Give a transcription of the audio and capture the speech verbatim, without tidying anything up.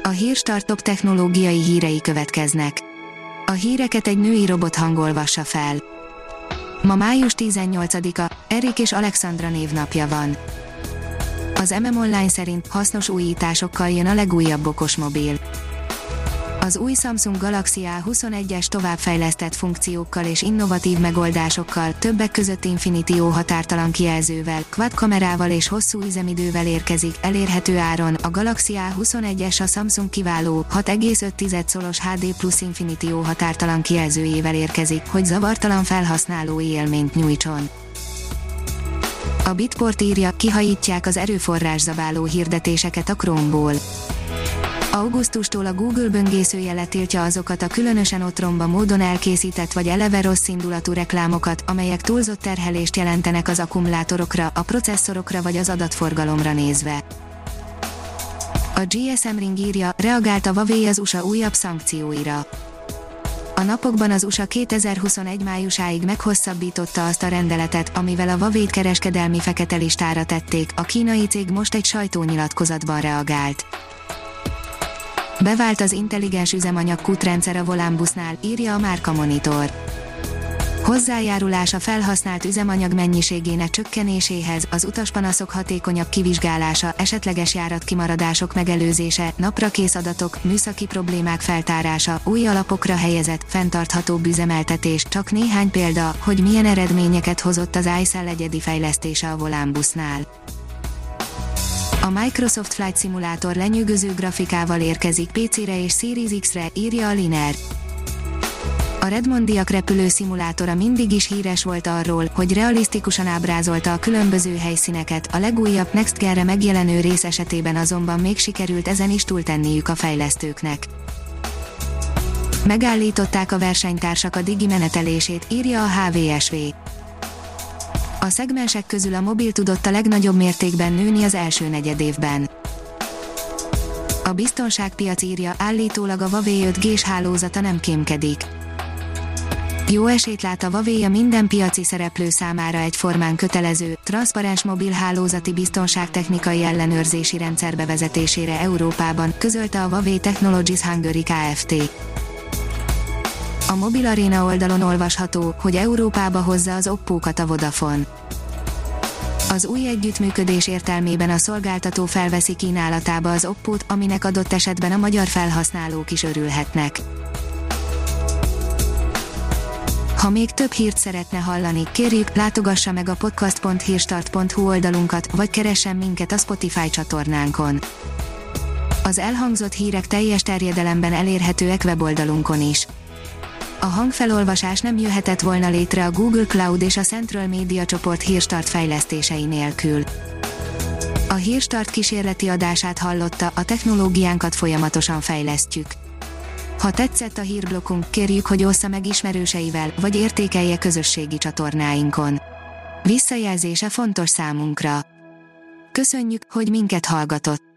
A Hírstart top technológiai hírei következnek. A híreket egy női robot hangolvassa fel. Ma május tizennyolcadika, Erik és Alexandra névnapja van. Az em em Online szerint hasznos újításokkal jön a legújabb okosmobil. Az új Samsung Galaxy á huszonegyes továbbfejlesztett funkciókkal és innovatív megoldásokkal, többek között Infinity-O határtalan kijelzővel, quad kamerával és hosszú üzemidővel érkezik, elérhető áron. A Galaxy á huszonegyes a Samsung kiváló hat egész öt szolos há dé plusz Infinity-O határtalan kijelzőjével érkezik, hogy zavartalan felhasználói élményt nyújtson. A Bitport írja, kihajítják az erőforrászabáló hirdetéseket a Chrome-ból. Augusztustól a Google böngészője tiltja azokat a különösen otromba módon elkészített vagy eleve rossz indulatú reklámokat, amelyek túlzott terhelést jelentenek az akkumulátorokra, a processzorokra vagy az adatforgalomra nézve. A gé es em Ring írja, reagált a Huawei az u es á újabb szankcióira. A napokban az u es á kétezer-huszonegy májusáig meghosszabbította azt a rendeletet, amivel a Huawei-t kereskedelmi fekete listára tették, a kínai cég most egy sajtónyilatkozatban reagált. Bevált az intelligens üzemanyag kútrendszer a Volánbusznál, írja a Márka Monitor. Hozzájárulás a felhasznált üzemanyag mennyiségének csökkenéséhez, az utaspanaszok hatékonyabb kivizsgálása, esetleges járatkimaradások megelőzése, naprakész adatok, műszaki problémák feltárása, új alapokra helyezett, fenntarthatóbb üzemeltetés, csak néhány példa, hogy milyen eredményeket hozott az iCell egyedi fejlesztése a Volánbusznál. A Microsoft Flight Simulator lenyűgöző grafikával érkezik pé cére és Series X-re, írja a Liner. A Redmondiak repülő szimulátora mindig is híres volt arról, hogy realisztikusan ábrázolta a különböző helyszíneket, a legújabb Next Gen-re megjelenő rész esetében azonban még sikerült ezen is túltenniük a fejlesztőknek. Megállították a versenytársak a Digi menetelését, írja a há vé es vé. A szegmensek közül a mobil tudott a legnagyobb mértékben nőni az első negyedévben. A biztonságpiac írja, állítólag a Huawei öt gés hálózata nem kémkedik. Jó esélyt lát a Huawei a minden piaci szereplő számára egyformán kötelező, transzparens mobil hálózati biztonságtechnikai ellenőrzési rendszer bevezetésére Európában, közölte a Huawei Technologies Hungary Kft. A Mobil Arena oldalon olvasható, hogy Európába hozza az Oppókat a Vodafone. Az új együttműködés értelmében a szolgáltató felveszi kínálatába az Oppót, aminek adott esetben a magyar felhasználók is örülhetnek. Ha még több hírt szeretne hallani, kérjük, látogassa meg a podcast pont hírstart pont hu oldalunkat, vagy keressen minket a Spotify csatornánkon. Az elhangzott hírek teljes terjedelemben elérhetőek weboldalunkon is. A hangfelolvasás nem jöhetett volna létre a Google Cloud és a Central Media csoport Hírstart fejlesztései nélkül. A Hírstart kísérleti adását hallotta, a technológiánkat folyamatosan fejlesztjük. Ha tetszett a hírblokkunk, kérjük, hogy ossza meg ismerőseivel, vagy értékelje közösségi csatornáinkon. Visszajelzése fontos számunkra. Köszönjük, hogy minket hallgatott!